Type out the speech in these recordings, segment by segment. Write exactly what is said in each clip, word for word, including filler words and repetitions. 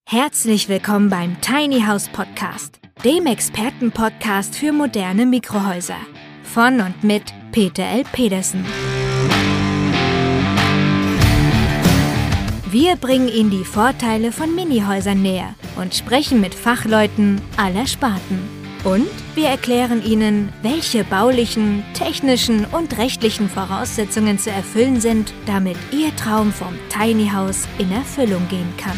Herzlich willkommen beim Tiny House Podcast, dem Expertenpodcast für moderne Mikrohäuser. Von und mit Peter L. Pedersen. Wir bringen Ihnen die Vorteile von Minihäusern näher und sprechen mit Fachleuten aller Sparten. Und wir erklären Ihnen, welche baulichen, technischen und rechtlichen Voraussetzungen zu erfüllen sind, damit Ihr Traum vom Tiny House in Erfüllung gehen kann.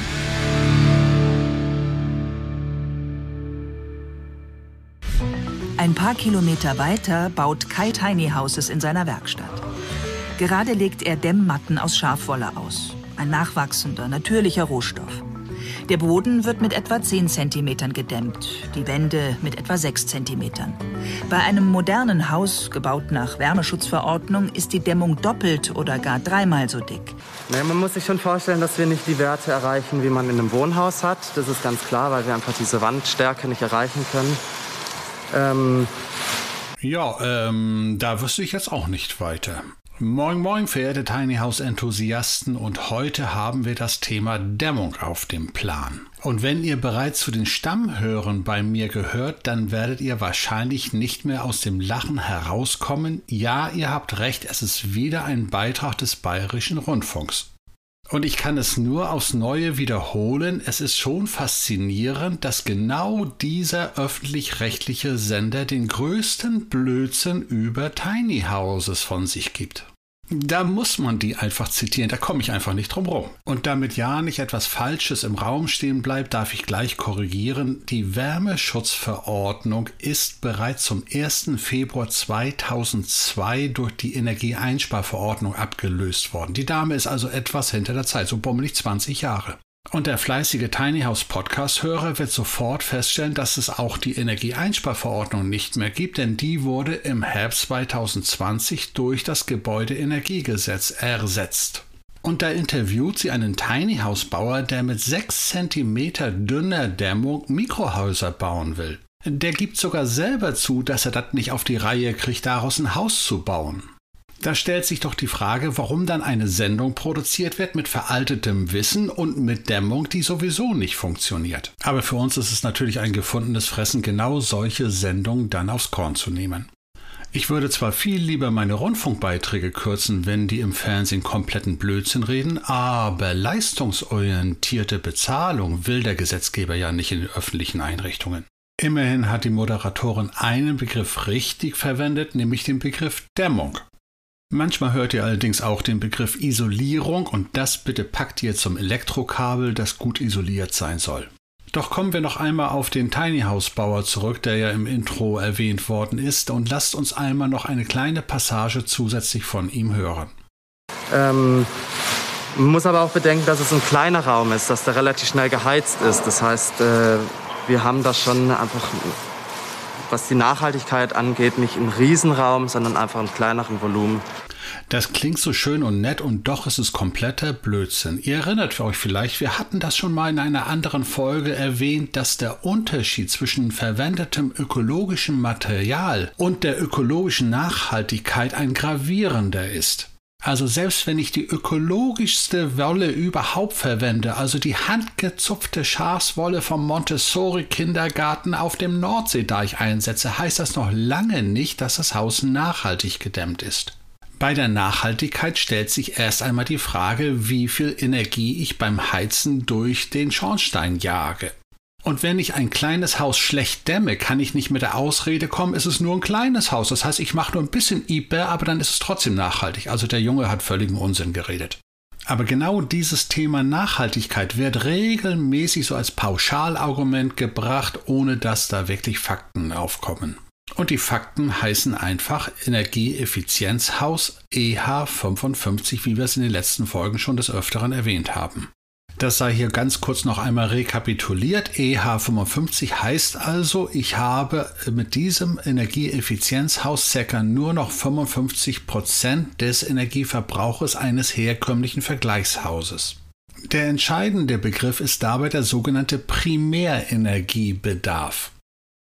Ein paar Kilometer weiter baut Kai Tiny Houses in seiner Werkstatt. Gerade legt er Dämmmatten aus Schafwolle aus. Ein nachwachsender, natürlicher Rohstoff. Der Boden wird mit etwa zehn Zentimetern gedämmt, die Wände mit etwa sechs Zentimetern. Bei einem modernen Haus, gebaut nach Wärmeschutzverordnung, ist die Dämmung doppelt oder gar dreimal so dick. Naja, man muss sich schon vorstellen, dass wir nicht die Werte erreichen, wie man in einem Wohnhaus hat. Das ist ganz klar, weil wir einfach diese Wandstärke nicht erreichen können. Ähm ja, ähm, da wüsste ich jetzt auch nicht weiter. Moin moin, verehrte Tiny House Enthusiasten, und heute haben wir das Thema Dämmung auf dem Plan. Und wenn ihr bereits zu den Stammhörern bei mir gehört, dann werdet ihr wahrscheinlich nicht mehr aus dem Lachen herauskommen. Ja, ihr habt recht, es ist wieder ein Beitrag des Bayerischen Rundfunks. Und ich kann es nur aufs Neue wiederholen, es ist schon faszinierend, dass genau dieser öffentlich-rechtliche Sender den größten Blödsinn über Tiny Houses von sich gibt. Da muss man die einfach zitieren, da komme ich einfach nicht drum rum. Und damit ja nicht etwas Falsches im Raum stehen bleibt, darf ich gleich korrigieren. Die Wärmeschutzverordnung ist bereits zum ersten Februar zweitausendzwei durch die Energieeinsparverordnung abgelöst worden. Die Dame ist also etwas hinter der Zeit, so bummelig zwanzig Jahre. Und der fleißige Tiny House Podcast-Hörer wird sofort feststellen, dass es auch die Energieeinsparverordnung nicht mehr gibt, denn die wurde im Herbst zweitausendzwanzig durch das Gebäudeenergiegesetz ersetzt. Und da interviewt sie einen Tiny House Bauer, der mit sechs Zentimeter dünner Dämmung Mikrohäuser bauen will. Der gibt sogar selber zu, dass er das nicht auf die Reihe kriegt, daraus ein Haus zu bauen. Da stellt sich doch die Frage, warum dann eine Sendung produziert wird mit veraltetem Wissen und mit Dämmung, die sowieso nicht funktioniert. Aber für uns ist es natürlich ein gefundenes Fressen, genau solche Sendungen dann aufs Korn zu nehmen. Ich würde zwar viel lieber meine Rundfunkbeiträge kürzen, wenn die im Fernsehen kompletten Blödsinn reden, aber leistungsorientierte Bezahlung will der Gesetzgeber ja nicht in den öffentlichen Einrichtungen. Immerhin hat die Moderatorin einen Begriff richtig verwendet, nämlich den Begriff Dämmung. Manchmal hört ihr allerdings auch den Begriff Isolierung, und das bitte packt ihr zum Elektrokabel, das gut isoliert sein soll. Doch kommen wir noch einmal auf den Tiny House Bauer zurück, der ja im Intro erwähnt worden ist, und lasst uns einmal noch eine kleine Passage zusätzlich von ihm hören. Ähm, man muss aber auch bedenken, dass es ein kleiner Raum ist, dass der relativ schnell geheizt ist. Das heißt, äh, wir haben da schon einfach, was die Nachhaltigkeit angeht, nicht einen Riesenraum, sondern einfach einen kleineren Volumen. Das klingt so schön und nett, und doch ist es kompletter Blödsinn. Ihr erinnert euch vielleicht, wir hatten das schon mal in einer anderen Folge erwähnt, dass der Unterschied zwischen verwendetem ökologischem Material und der ökologischen Nachhaltigkeit ein gravierender ist. Also selbst wenn ich die ökologischste Wolle überhaupt verwende, also die handgezupfte Schafswolle vom Montessori-Kindergarten auf dem Nordseedeich einsetze, heißt das noch lange nicht, dass das Haus nachhaltig gedämmt ist. Bei der Nachhaltigkeit stellt sich erst einmal die Frage, wie viel Energie ich beim Heizen durch den Schornstein jage. Und wenn ich ein kleines Haus schlecht dämme, kann ich nicht mit der Ausrede kommen, es ist nur ein kleines Haus. Das heißt, ich mache nur ein bisschen I B E R, aber dann ist es trotzdem nachhaltig. Also der Junge hat völligen Unsinn geredet. Aber genau dieses Thema Nachhaltigkeit wird regelmäßig so als Pauschalargument gebracht, ohne dass da wirklich Fakten aufkommen. Und die Fakten heißen einfach Energieeffizienzhaus E H fünfundfünfzig, wie wir es in den letzten Folgen schon des Öfteren erwähnt haben. Das sei hier ganz kurz noch einmal rekapituliert. E H fünfundfünfzig heißt also, ich habe mit diesem Energieeffizienzhaus ca. nur noch fünfundfünfzig Prozent des Energieverbrauches eines herkömmlichen Vergleichshauses. Der entscheidende Begriff ist dabei der sogenannte Primärenergiebedarf.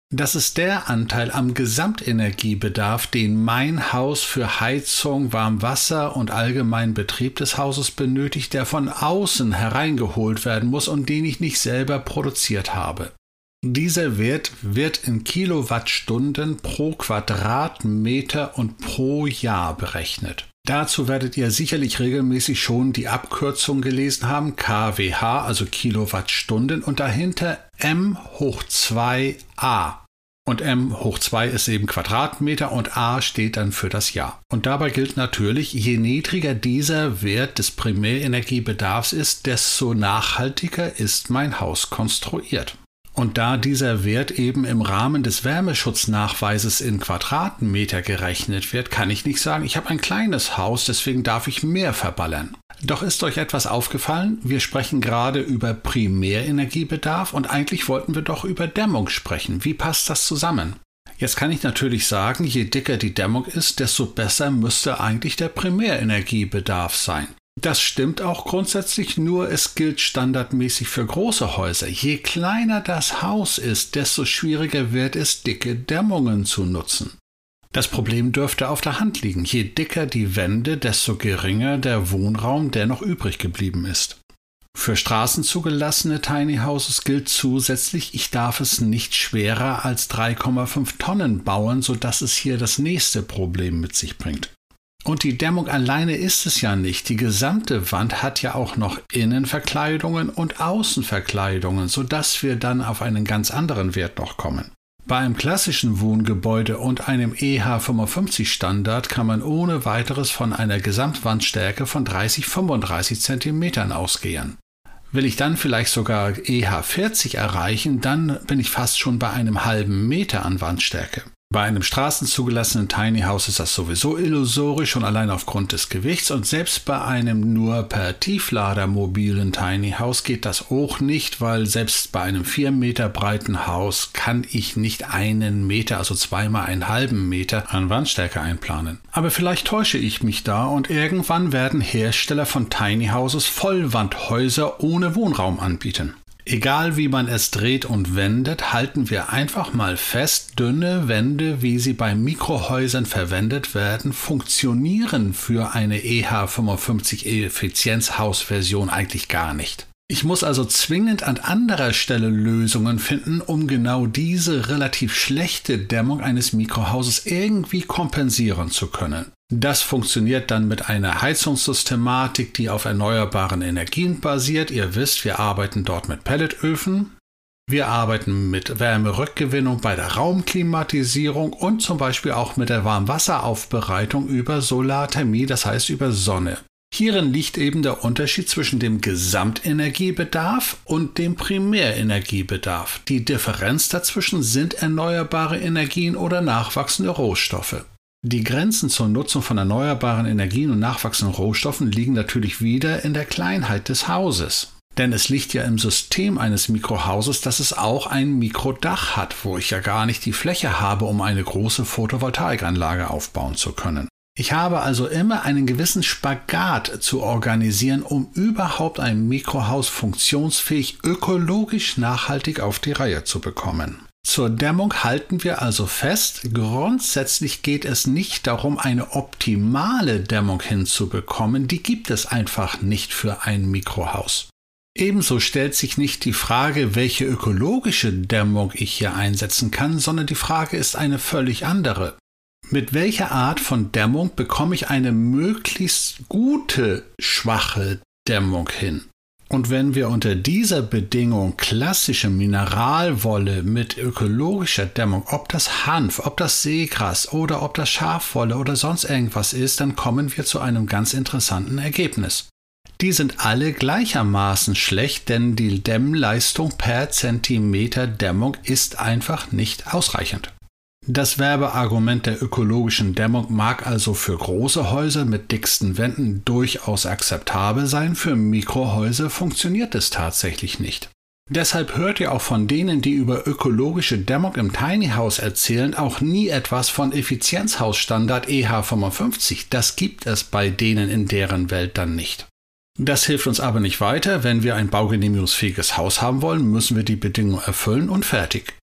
Das ist der Anteil am Gesamtenergiebedarf, den mein Haus für Heizung, Warmwasser und allgemeinen Betrieb des Hauses benötigt, der von außen hereingeholt werden muss und den ich nicht selber produziert habe. Dieser Wert wird in Kilowattstunden pro Quadratmeter und pro Jahr berechnet. Dazu werdet ihr sicherlich regelmäßig schon die Abkürzung gelesen haben, K W H, also Kilowattstunden, und dahinter M hoch zwei A. Und M hoch zwei ist eben Quadratmeter und A steht dann für das Jahr. Und dabei gilt natürlich, je niedriger dieser Wert des Primärenergiebedarfs ist, desto nachhaltiger ist mein Haus konstruiert. Und da dieser Wert eben im Rahmen des Wärmeschutznachweises in Quadratmeter gerechnet wird, kann ich nicht sagen, ich habe ein kleines Haus, deswegen darf ich mehr verballern. Doch ist euch etwas aufgefallen? Wir sprechen gerade über Primärenergiebedarf und eigentlich wollten wir doch über Dämmung sprechen. Wie passt das zusammen? Jetzt kann ich natürlich sagen, je dicker die Dämmung ist, desto besser müsste eigentlich der Primärenergiebedarf sein. Das stimmt auch grundsätzlich, nur es gilt standardmäßig für große Häuser. Je kleiner das Haus ist, desto schwieriger wird es, dicke Dämmungen zu nutzen. Das Problem dürfte auf der Hand liegen. Je dicker die Wände, desto geringer der Wohnraum, der noch übrig geblieben ist. Für straßenzugelassene Tiny Houses gilt zusätzlich, ich darf es nicht schwerer als drei Komma fünf Tonnen bauen, sodass es hier das nächste Problem mit sich bringt. Und die Dämmung alleine ist es ja nicht. Die gesamte Wand hat ja auch noch Innenverkleidungen und Außenverkleidungen, sodass wir dann auf einen ganz anderen Wert noch kommen. Bei einem klassischen Wohngebäude und einem E H fünfundfünfzig Standard kann man ohne weiteres von einer Gesamtwandstärke von dreißig bis fünfunddreißig Zentimetern ausgehen. Will ich dann vielleicht sogar E H vierzig erreichen, dann bin ich fast schon bei einem halben Meter an Wandstärke. Bei einem straßenzugelassenen Tiny House ist das sowieso illusorisch, schon allein aufgrund des Gewichts, und selbst bei einem nur per Tieflader mobilen Tiny House geht das auch nicht, weil selbst bei einem vier Meter breiten Haus kann ich nicht einen Meter, also zweimal einen halben Meter an Wandstärke einplanen. Aber vielleicht täusche ich mich da und irgendwann werden Hersteller von Tiny Houses Vollwandhäuser ohne Wohnraum anbieten. Egal wie man es dreht und wendet, halten wir einfach mal fest, dünne Wände, wie sie bei Mikrohäusern verwendet werden, funktionieren für eine E H fünfundfünfzig Effizienzhausversion eigentlich gar nicht. Ich muss also zwingend an anderer Stelle Lösungen finden, um genau diese relativ schlechte Dämmung eines Mikrohauses irgendwie kompensieren zu können. Das funktioniert dann mit einer Heizungssystematik, die auf erneuerbaren Energien basiert. Ihr wisst, wir arbeiten dort mit Pelletöfen. Wir arbeiten mit Wärmerückgewinnung bei der Raumklimatisierung und zum Beispiel auch mit der Warmwasseraufbereitung über Solarthermie, das heißt über Sonne. Hierin liegt eben der Unterschied zwischen dem Gesamtenergiebedarf und dem Primärenergiebedarf. Die Differenz dazwischen sind erneuerbare Energien oder nachwachsende Rohstoffe. Die Grenzen zur Nutzung von erneuerbaren Energien und nachwachsenden Rohstoffen liegen natürlich wieder in der Kleinheit des Hauses. Denn es liegt ja im System eines Mikrohauses, dass es auch ein Mikrodach hat, wo ich ja gar nicht die Fläche habe, um eine große Photovoltaikanlage aufbauen zu können. Ich habe also immer einen gewissen Spagat zu organisieren, um überhaupt ein Mikrohaus funktionsfähig, ökologisch nachhaltig auf die Reihe zu bekommen. Zur Dämmung halten wir also fest, grundsätzlich geht es nicht darum, eine optimale Dämmung hinzubekommen, die gibt es einfach nicht für ein Mikrohaus. Ebenso stellt sich nicht die Frage, welche ökologische Dämmung ich hier einsetzen kann, sondern die Frage ist eine völlig andere. Mit welcher Art von Dämmung bekomme ich eine möglichst gute, schwache Dämmung hin? Und wenn wir unter dieser Bedingung klassische Mineralwolle mit ökologischer Dämmung, ob das Hanf, ob das Seegras oder ob das Schafwolle oder sonst irgendwas ist, dann kommen wir zu einem ganz interessanten Ergebnis. Die sind alle gleichermaßen schlecht, denn die Dämmleistung per Zentimeter Dämmung ist einfach nicht ausreichend. Das Werbeargument der ökologischen Dämmung mag also für große Häuser mit dicksten Wänden durchaus akzeptabel sein, für Mikrohäuser funktioniert es tatsächlich nicht. Deshalb hört ihr auch von denen, die über ökologische Dämmung im Tiny House erzählen, auch nie etwas von Effizienzhausstandard E H fünfundfünfzig. Das gibt es bei denen in deren Welt dann nicht. Das hilft uns aber nicht weiter. Wenn wir ein baugenehmigungsfähiges Haus haben wollen, müssen wir die Bedingungen erfüllen und fertig.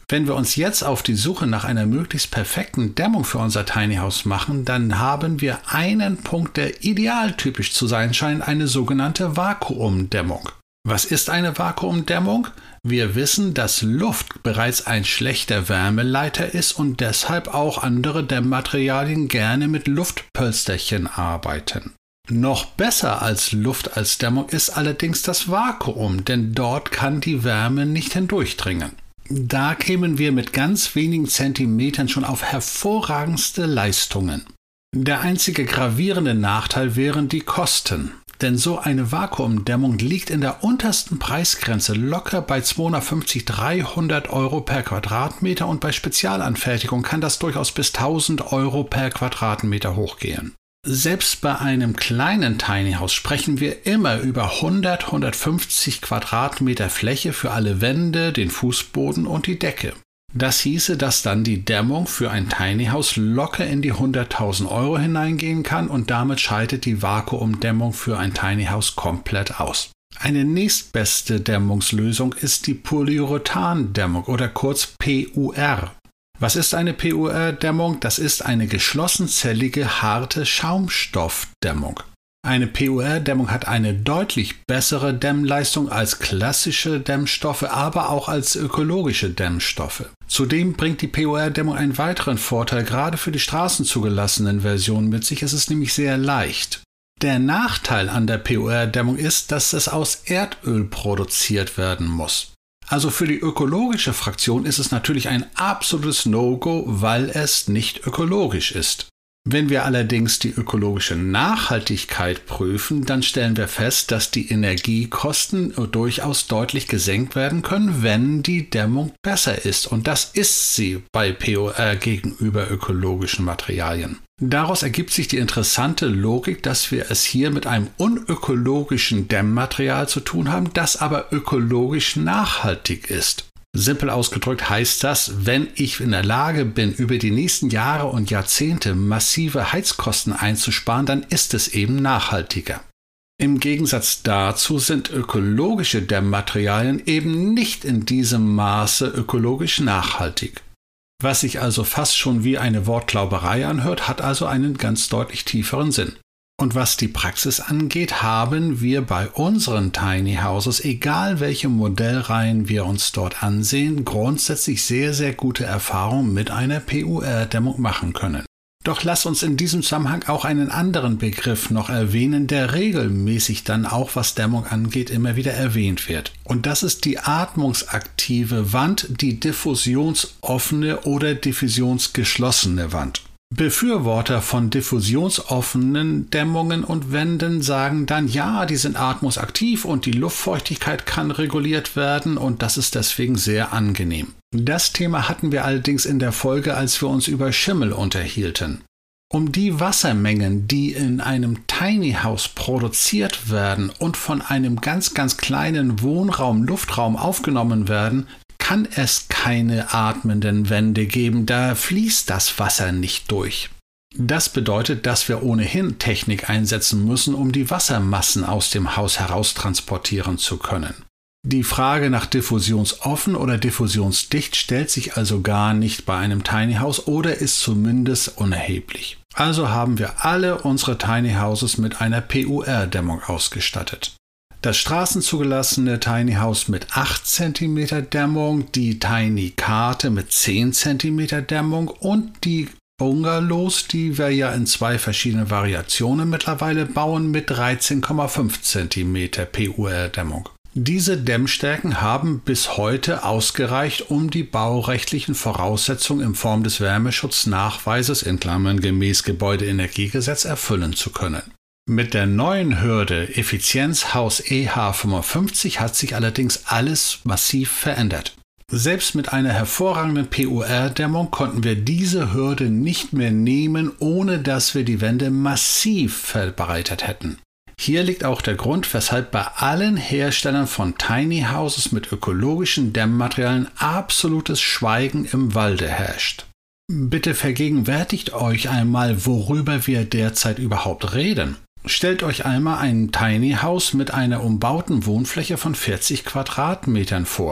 Wenn wir uns jetzt auf die Suche nach einer möglichst perfekten Dämmung für unser Tiny House machen, dann haben wir einen Punkt, der idealtypisch zu sein scheint, eine sogenannte Vakuumdämmung. Was ist eine Vakuumdämmung? Wir wissen, dass Luft bereits ein schlechter Wärmeleiter ist und deshalb auch andere Dämmmaterialien gerne mit Luftpölsterchen arbeiten. Noch besser als Luft als Dämmung ist allerdings das Vakuum, denn dort kann die Wärme nicht hindurchdringen. Da kämen wir mit ganz wenigen Zentimetern schon auf hervorragendste Leistungen. Der einzige gravierende Nachteil wären die Kosten. Denn so eine Vakuumdämmung liegt in der untersten Preisgrenze locker bei zweihundertfünfzig bis dreihundert Euro per Quadratmeter und bei Spezialanfertigung kann das durchaus bis tausend Euro per Quadratmeter hochgehen. Selbst bei einem kleinen Tiny House sprechen wir immer über hundert bis hundertfünfzig Quadratmeter Fläche für alle Wände, den Fußboden und die Decke. Das hieße, dass dann die Dämmung für ein Tiny House locker in die hunderttausend Euro hineingehen kann und damit scheidet die Vakuumdämmung für ein Tiny House komplett aus. Eine nächstbeste Dämmungslösung ist die Polyurethan-Dämmung oder kurz P U R. Was ist eine P U R-Dämmung? Das ist eine geschlossenzellige, harte Schaumstoffdämmung. Eine P U R-Dämmung hat eine deutlich bessere Dämmleistung als klassische Dämmstoffe, aber auch als ökologische Dämmstoffe. Zudem bringt die P U R-Dämmung einen weiteren Vorteil, gerade für die straßenzugelassenen Versionen mit sich. Es ist nämlich sehr leicht. Der Nachteil an der P U R-Dämmung ist, dass es aus Erdöl produziert werden muss. Also für die ökologische Fraktion ist es natürlich ein absolutes No-Go, weil es nicht ökologisch ist. Wenn wir allerdings die ökologische Nachhaltigkeit prüfen, dann stellen wir fest, dass die Energiekosten durchaus deutlich gesenkt werden können, wenn die Dämmung besser ist. Und das ist sie bei P U R gegenüber ökologischen Materialien. Daraus ergibt sich die interessante Logik, dass wir es hier mit einem unökologischen Dämmmaterial zu tun haben, das aber ökologisch nachhaltig ist. Simpel ausgedrückt heißt das, wenn ich in der Lage bin, über die nächsten Jahre und Jahrzehnte massive Heizkosten einzusparen, dann ist es eben nachhaltiger. Im Gegensatz dazu sind ökologische Dämmmaterialien eben nicht in diesem Maße ökologisch nachhaltig. Was sich also fast schon wie eine Wortklauberei anhört, hat also einen ganz deutlich tieferen Sinn. Und was die Praxis angeht, haben wir bei unseren Tiny Houses, egal welche Modellreihen wir uns dort ansehen, grundsätzlich sehr, sehr gute Erfahrungen mit einer P U R-Dämmung machen können. Doch lass uns in diesem Zusammenhang auch einen anderen Begriff noch erwähnen, der regelmäßig dann auch, was Dämmung angeht, immer wieder erwähnt wird. Und das ist die atmungsaktive Wand, die diffusionsoffene oder diffusionsgeschlossene Wand. Befürworter von diffusionsoffenen Dämmungen und Wänden sagen dann, ja, die sind atmungsaktiv und die Luftfeuchtigkeit kann reguliert werden und das ist deswegen sehr angenehm. Das Thema hatten wir allerdings in der Folge, als wir uns über Schimmel unterhielten. Um die Wassermengen, die in einem Tiny House produziert werden und von einem ganz, ganz kleinen Wohnraum, Luftraum aufgenommen werden, kann es keine atmenden Wände geben, da fließt das Wasser nicht durch. Das bedeutet, dass wir ohnehin Technik einsetzen müssen, um die Wassermassen aus dem Haus heraustransportieren zu können. Die Frage nach diffusionsoffen oder diffusionsdicht stellt sich also gar nicht bei einem Tiny House oder ist zumindest unerheblich. Also haben wir alle unsere Tiny Houses mit einer P U R-Dämmung ausgestattet. Das straßenzugelassene Tiny House mit acht Zentimeter Dämmung, die Tiny Karte mit zehn Zentimeter Dämmung und die Bungalows, die wir ja in zwei verschiedenen Variationen mittlerweile bauen, mit dreizehn Komma fünf Zentimeter P U R-Dämmung. Diese Dämmstärken haben bis heute ausgereicht, um die baurechtlichen Voraussetzungen in Form des Wärmeschutznachweises in Klammern gemäß Gebäudeenergiegesetz erfüllen zu können. Mit der neuen Hürde Effizienzhaus E H fünfundfünfzig hat sich allerdings alles massiv verändert. Selbst mit einer hervorragenden P U R-Dämmung konnten wir diese Hürde nicht mehr nehmen, ohne dass wir die Wände massiv verbreitert hätten. Hier liegt auch der Grund, weshalb bei allen Herstellern von Tiny Houses mit ökologischen Dämmmaterialien absolutes Schweigen im Walde herrscht. Bitte vergegenwärtigt euch einmal, worüber wir derzeit überhaupt reden. Stellt euch einmal ein Tiny House mit einer umbauten Wohnfläche von vierzig Quadratmetern vor.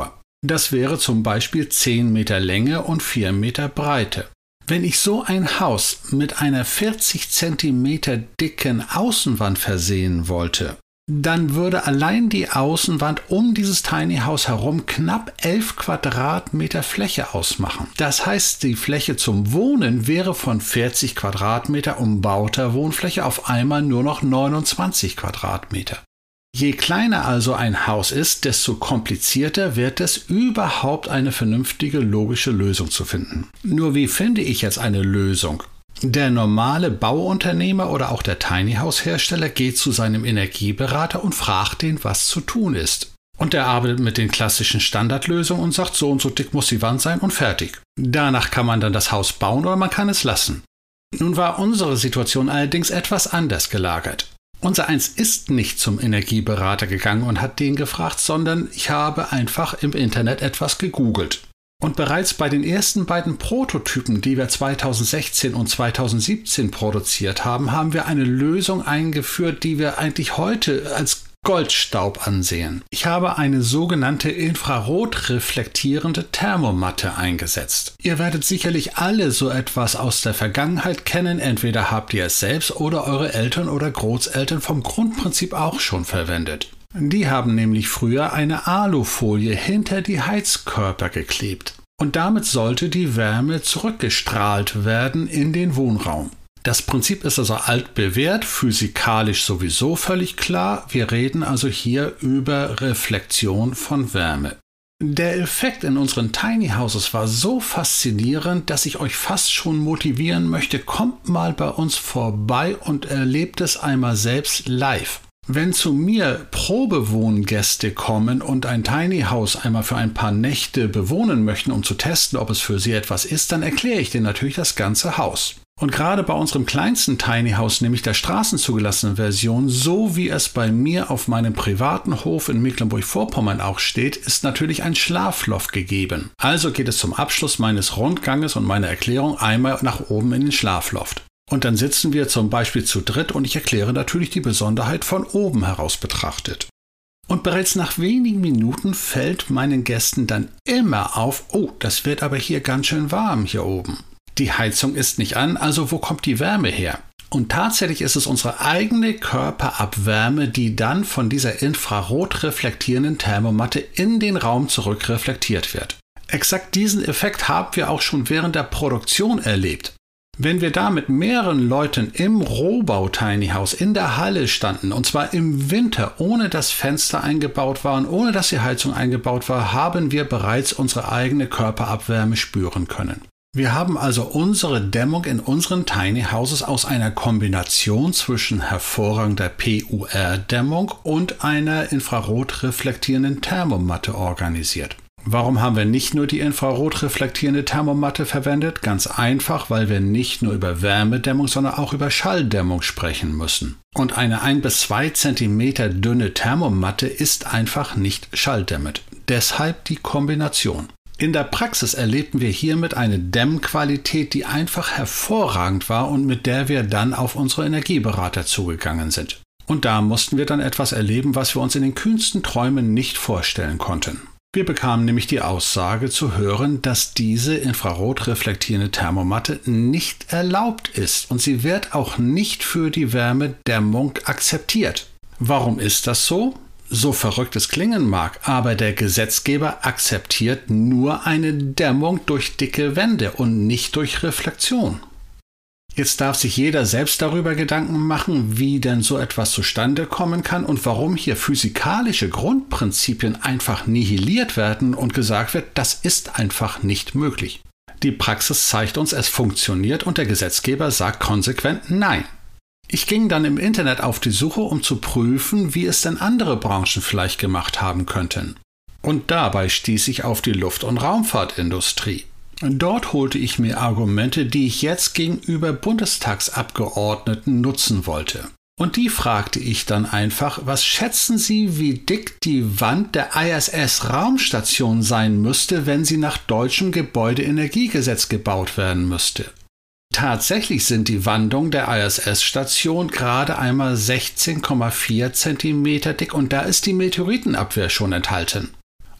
Das wäre zum Beispiel zehn Meter Länge und vier Meter Breite. Wenn ich so ein Haus mit einer vierzig Zentimeter dicken Außenwand versehen wollte, dann würde allein die Außenwand um dieses Tiny House herum knapp elf Quadratmeter Fläche ausmachen. Das heißt, die Fläche zum Wohnen wäre von vierzig Quadratmeter umbauter Wohnfläche auf einmal nur noch neunundzwanzig Quadratmeter. Je kleiner also ein Haus ist, desto komplizierter wird es, überhaupt eine vernünftige, logische Lösung zu finden. Nur wie finde ich jetzt eine Lösung? Der normale Bauunternehmer oder auch der Tiny House Hersteller geht zu seinem Energieberater und fragt ihn, was zu tun ist. Und er arbeitet mit den klassischen Standardlösungen und sagt, so und so dick muss die Wand sein und fertig. Danach kann man dann das Haus bauen oder man kann es lassen. Nun war unsere Situation allerdings etwas anders gelagert. Unser Eins ist nicht zum Energieberater gegangen und hat den gefragt, sondern ich habe einfach im Internet etwas gegoogelt. Und bereits bei den ersten beiden Prototypen, die wir zweitausendsechzehn und zweitausendsiebzehn produziert haben, haben wir eine Lösung eingeführt, die wir eigentlich heute als Goldstaub ansehen. Ich habe eine sogenannte infrarotreflektierende Thermomatte eingesetzt. Ihr werdet sicherlich alle so etwas aus der Vergangenheit kennen, entweder habt ihr es selbst oder eure Eltern oder Großeltern vom Grundprinzip auch schon verwendet. Die haben nämlich früher eine Alufolie hinter die Heizkörper geklebt und damit sollte die Wärme zurückgestrahlt werden in den Wohnraum. Das Prinzip ist also altbewährt, physikalisch sowieso völlig klar. Wir reden also hier über Reflexion von Wärme. Der Effekt in unseren Tiny Houses war so faszinierend, dass ich euch fast schon motivieren möchte, kommt mal bei uns vorbei und erlebt es einmal selbst live. Wenn zu mir Probewohngäste kommen und ein Tiny House einmal für ein paar Nächte bewohnen möchten, um zu testen, ob es für sie etwas ist, dann erkläre ich denen natürlich das ganze Haus. Und gerade bei unserem kleinsten Tiny House, nämlich der straßenzugelassenen Version, so wie es bei mir auf meinem privaten Hof in Mecklenburg-Vorpommern auch steht, ist natürlich ein Schlafloft gegeben. Also geht es zum Abschluss meines Rundganges und meiner Erklärung einmal nach oben in den Schlafloft. Und dann sitzen wir zum Beispiel zu dritt und ich erkläre natürlich die Besonderheit von oben heraus betrachtet. Und bereits nach wenigen Minuten fällt meinen Gästen dann immer auf, oh, das wird aber hier ganz schön warm hier oben. Die Heizung ist nicht an, also wo kommt die Wärme her? Und tatsächlich ist es unsere eigene Körperabwärme, die dann von dieser infrarotreflektierenden Thermomatte in den Raum zurückreflektiert wird. Exakt diesen Effekt haben wir auch schon während der Produktion erlebt. Wenn wir da mit mehreren Leuten im Rohbau-Tiny House in der Halle standen, und zwar im Winter, ohne dass Fenster eingebaut waren, ohne dass die Heizung eingebaut war, haben wir bereits unsere eigene Körperabwärme spüren können. Wir haben also unsere Dämmung in unseren Tiny Houses aus einer Kombination zwischen hervorragender P U R-Dämmung und einer infrarotreflektierenden Thermomatte organisiert. Warum haben wir nicht nur die infrarotreflektierende Thermomatte verwendet? Ganz einfach, weil wir nicht nur über Wärmedämmung, sondern auch über Schalldämmung sprechen müssen. Und eine ein bis zwei Zentimeter dünne Thermomatte ist einfach nicht schalldämmend. Deshalb die Kombination. In der Praxis erlebten wir hiermit eine Dämmqualität, die einfach hervorragend war und mit der wir dann auf unsere Energieberater zugegangen sind. Und da mussten wir dann etwas erleben, was wir uns in den kühnsten Träumen nicht vorstellen konnten. Wir bekamen nämlich die Aussage zu hören, dass diese infrarotreflektierende Thermomatte nicht erlaubt ist und sie wird auch nicht für die Wärmedämmung akzeptiert. Warum ist das so? So verrückt es klingen mag, aber der Gesetzgeber akzeptiert nur eine Dämmung durch dicke Wände und nicht durch Reflexion. Jetzt darf sich jeder selbst darüber Gedanken machen, wie denn so etwas zustande kommen kann und warum hier physikalische Grundprinzipien einfach nihiliert werden und gesagt wird, das ist einfach nicht möglich. Die Praxis zeigt uns, es funktioniert und der Gesetzgeber sagt konsequent Nein. Ich ging dann im Internet auf die Suche, um zu prüfen, wie es denn andere Branchen vielleicht gemacht haben könnten. Und dabei stieß ich auf die Luft- und Raumfahrtindustrie. Dort holte ich mir Argumente, die ich jetzt gegenüber Bundestagsabgeordneten nutzen wollte. Und die fragte ich dann einfach, was schätzen Sie, wie dick die Wand der I S S-Raumstation sein müsste, wenn sie nach deutschem Gebäudeenergiegesetz gebaut werden müsste? Tatsächlich sind die Wandungen der I S S-Station gerade einmal sechzehn Komma vier Zentimeter dick und da ist die Meteoritenabwehr schon enthalten.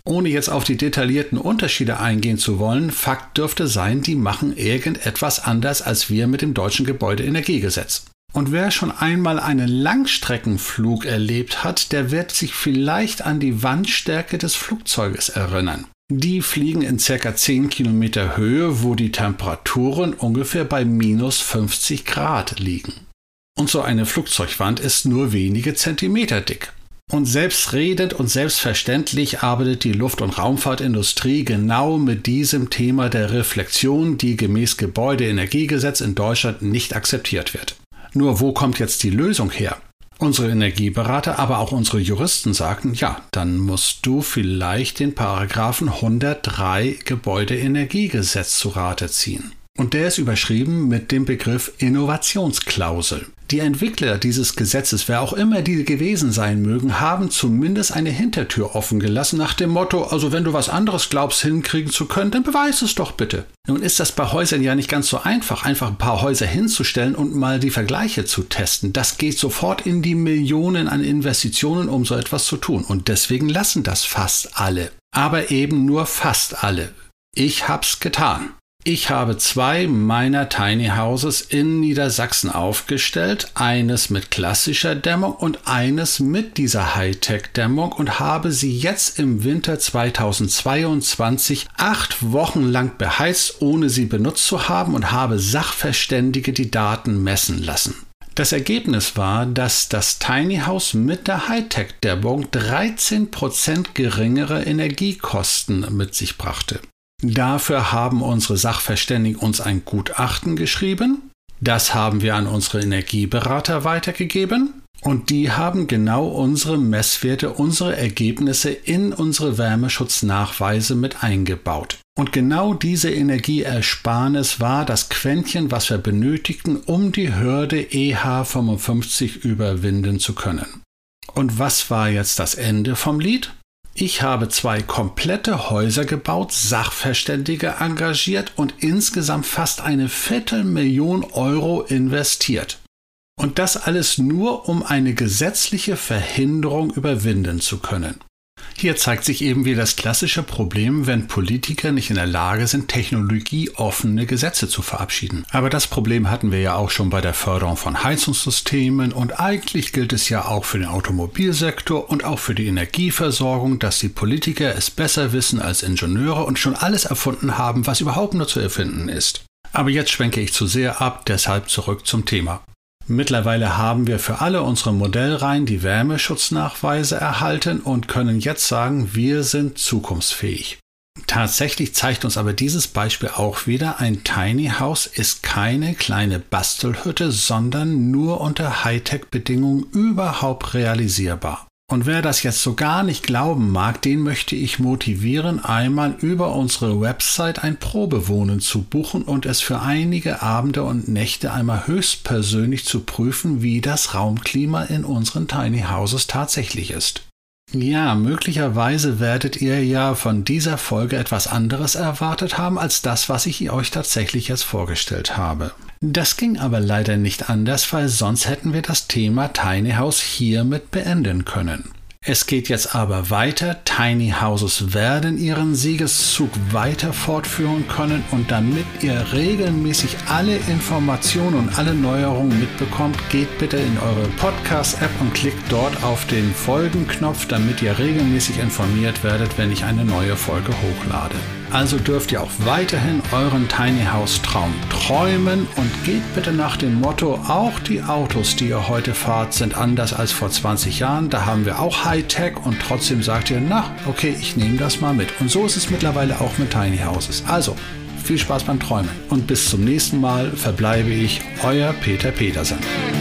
Ohne jetzt auf die detaillierten Unterschiede eingehen zu wollen, Fakt dürfte sein, die machen irgendetwas anders als wir mit dem deutschen Gebäudeenergiegesetz. Und wer schon einmal einen Langstreckenflug erlebt hat, der wird sich vielleicht an die Wandstärke des Flugzeuges erinnern. Die fliegen in ca. zehn Kilometer Höhe, wo die Temperaturen ungefähr bei minus fünfzig Grad liegen. Und so eine Flugzeugwand ist nur wenige Zentimeter dick. Und selbstredend und selbstverständlich arbeitet die Luft- und Raumfahrtindustrie genau mit diesem Thema der Reflexion, die gemäß Gebäudeenergiegesetz in Deutschland nicht akzeptiert wird. Nur wo kommt jetzt die Lösung her? Unsere Energieberater, aber auch unsere Juristen sagten, ja, dann musst du vielleicht den Paragraphen hundertdrei Gebäudeenergiegesetz zu Rate ziehen. Und der ist überschrieben mit dem Begriff Innovationsklausel. Die Entwickler dieses Gesetzes, wer auch immer die gewesen sein mögen, haben zumindest eine Hintertür offen gelassen nach dem Motto, also wenn du was anderes glaubst hinkriegen zu können, dann beweis es doch bitte. Nun ist das bei Häusern ja nicht ganz so einfach, einfach ein paar Häuser hinzustellen und mal die Vergleiche zu testen. Das geht sofort in die Millionen an Investitionen, um so etwas zu tun. Und deswegen lassen das fast alle. Aber eben nur fast alle. Ich hab's getan. Ich habe zwei meiner Tiny Houses in Niedersachsen aufgestellt, eines mit klassischer Dämmung und eines mit dieser Hightech-Dämmung und habe sie jetzt im Winter zweitausendzweiundzwanzig acht Wochen lang beheizt, ohne sie benutzt zu haben und habe Sachverständige die Daten messen lassen. Das Ergebnis war, dass das Tiny House mit der Hightech-Dämmung dreizehn Prozent geringere Energiekosten mit sich brachte. Dafür haben unsere Sachverständigen uns ein Gutachten geschrieben. Das haben wir an unsere Energieberater weitergegeben. Und die haben genau unsere Messwerte, unsere Ergebnisse in unsere Wärmeschutznachweise mit eingebaut. Und genau diese Energieersparnis war das Quäntchen, was wir benötigten, um die Hürde E H fünfundfünfzig überwinden zu können. Und was war jetzt das Ende vom Lied? Ich habe zwei komplette Häuser gebaut, Sachverständige engagiert und insgesamt fast eine Viertelmillion Euro investiert. Und das alles nur, um eine gesetzliche Verhinderung überwinden zu können. Hier zeigt sich eben wieder das klassische Problem, wenn Politiker nicht in der Lage sind, technologieoffene Gesetze zu verabschieden. Aber das Problem hatten wir ja auch schon bei der Förderung von Heizungssystemen und eigentlich gilt es ja auch für den Automobilsektor und auch für die Energieversorgung, dass die Politiker es besser wissen als Ingenieure und schon alles erfunden haben, was überhaupt nur zu erfinden ist. Aber jetzt schwenke ich zu sehr ab, deshalb zurück zum Thema. Mittlerweile haben wir für alle unsere Modellreihen die Wärmeschutznachweise erhalten und können jetzt sagen, wir sind zukunftsfähig. Tatsächlich zeigt uns aber dieses Beispiel auch wieder, ein Tiny House ist keine kleine Bastelhütte, sondern nur unter Hightech-Bedingungen überhaupt realisierbar. Und wer das jetzt so gar nicht glauben mag, den möchte ich motivieren, einmal über unsere Website ein Probewohnen zu buchen und es für einige Abende und Nächte einmal höchstpersönlich zu prüfen, wie das Raumklima in unseren Tiny Houses tatsächlich ist. Ja, möglicherweise werdet ihr ja von dieser Folge etwas anderes erwartet haben als das, was ich euch tatsächlich jetzt vorgestellt habe. Das ging aber leider nicht anders, weil sonst hätten wir das Thema Tiny House hiermit beenden können. Es geht jetzt aber weiter, Tiny Houses werden ihren Siegeszug weiter fortführen können und damit ihr regelmäßig alle Informationen und alle Neuerungen mitbekommt, geht bitte in eure Podcast-App und klickt dort auf den Folgen-Knopf, damit ihr regelmäßig informiert werdet, wenn ich eine neue Folge hochlade. Also dürft ihr auch weiterhin euren Tiny House Traum träumen und geht bitte nach dem Motto, auch die Autos, die ihr heute fahrt, sind anders als vor zwanzig Jahren. Da haben wir auch Hightech und trotzdem sagt ihr, na, okay, ich nehme das mal mit. Und so ist es mittlerweile auch mit Tiny Houses. Also, viel Spaß beim Träumen und bis zum nächsten Mal verbleibe ich, euer Peter Petersen.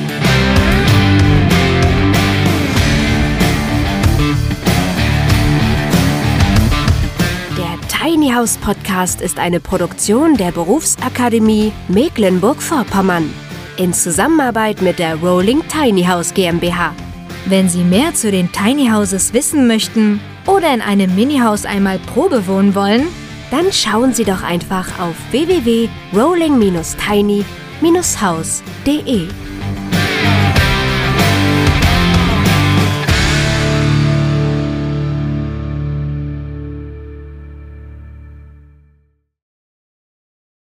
Tiny House Podcast ist eine Produktion der Berufsakademie Mecklenburg-Vorpommern in Zusammenarbeit mit der Rolling Tiny House GmbH. Wenn Sie mehr zu den Tiny Houses wissen möchten oder in einem Mini-Haus einmal Probe wohnen wollen, dann schauen Sie doch einfach auf w w w punkt rolling Bindestrich tiny Bindestrich house punkt de.